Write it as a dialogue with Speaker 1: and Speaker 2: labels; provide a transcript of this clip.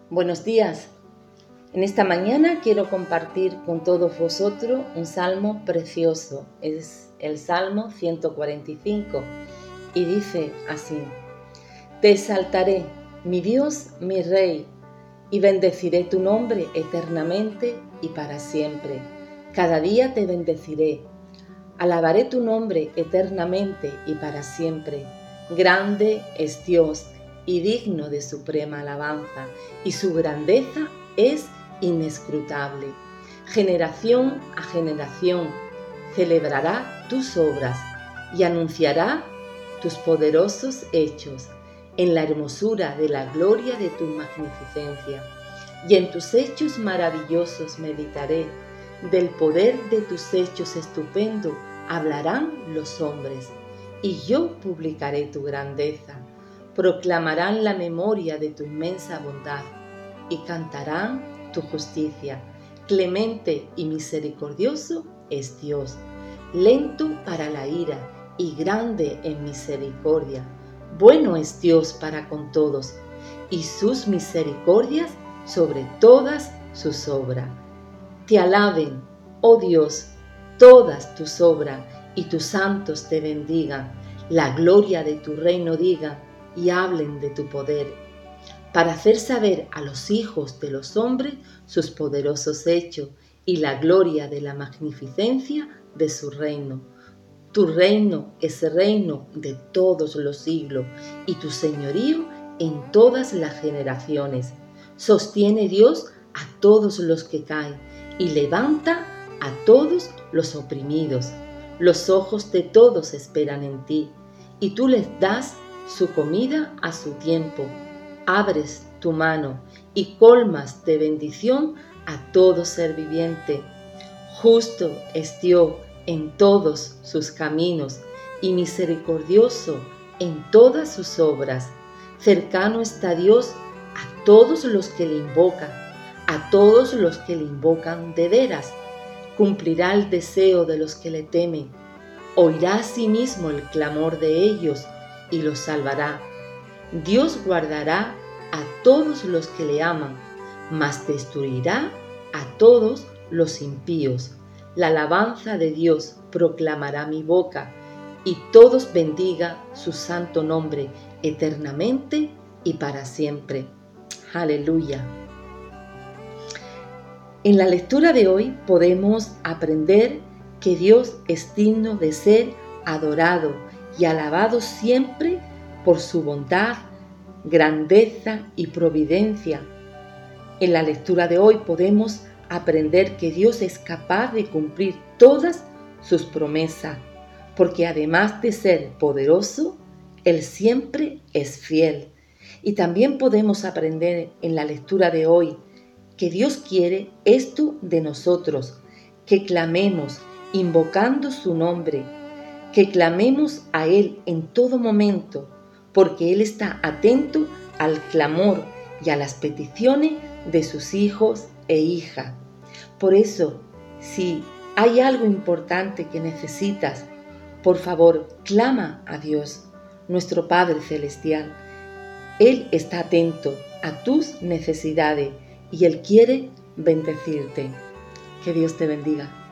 Speaker 1: Buenos días. En esta mañana quiero compartir con todos vosotros un salmo precioso. Es el Salmo 145 y dice así: Te exaltaré, mi Dios, mi Rey, y bendeciré tu nombre eternamente y para siempre. Cada día te bendeciré. Alabaré tu nombre eternamente y para siempre. Grande es Dios y digno de suprema alabanza, y su grandeza es inescrutable. Generación a generación celebrará tus obras y anunciará tus poderosos hechos en la hermosura de la gloria de tu magnificencia. Y en tus hechos maravillosos meditaré, del poder de tus hechos estupendos hablarán los hombres, y yo publicaré tu grandeza. Proclamarán la memoria de tu inmensa bondad y cantarán tu justicia. Clemente y misericordioso es Dios, lento para la ira y grande en misericordia. Bueno es Dios para con todos, y sus misericordias sobre todas sus obras. Te alaben, oh Dios, todas tus obras, y tus santos te bendigan. La gloria de tu reino digan y hablen de tu poder, para hacer saber a los hijos de los hombres sus poderosos hechos y la gloria de la magnificencia de su reino. Tu reino es el reino de todos los siglos, y tu señorío en todas las generaciones. Sostiene Dios a todos los que caen y levanta a todos los oprimidos. Los ojos de todos esperan en ti, y tú les das su comida a su tiempo. Abres tu mano y colmas de bendición a todo ser viviente. Justo es Dios en todos sus caminos y misericordioso en todas sus obras. Cercano está Dios a todos los que le invocan, a todos los que le invocan de veras. Cumplirá el deseo de los que le temen. Oirá asimismo el clamor de ellos y los salvará. Dios guardará a todos los que le aman, mas destruirá a todos los impíos. La alabanza de Dios proclamará mi boca, y todos bendiga su santo nombre eternamente y para siempre. Aleluya. En la lectura de hoy podemos aprender que Dios es digno de ser adorado y alabado siempre por su bondad, grandeza y providencia. En la lectura de hoy podemos aprender que Dios es capaz de cumplir todas sus promesas, porque además de ser poderoso, Él siempre es fiel. Y también podemos aprender en la lectura de hoy que Dios quiere esto de nosotros, que clamemos invocando su nombre, que clamemos a Él en todo momento, porque Él está atento al clamor y a las peticiones de sus hijos e hijas. Por eso, si hay algo importante que necesitas, por favor, clama a Dios, nuestro Padre Celestial. Él está atento a tus necesidades y Él quiere bendecirte. Que Dios te bendiga.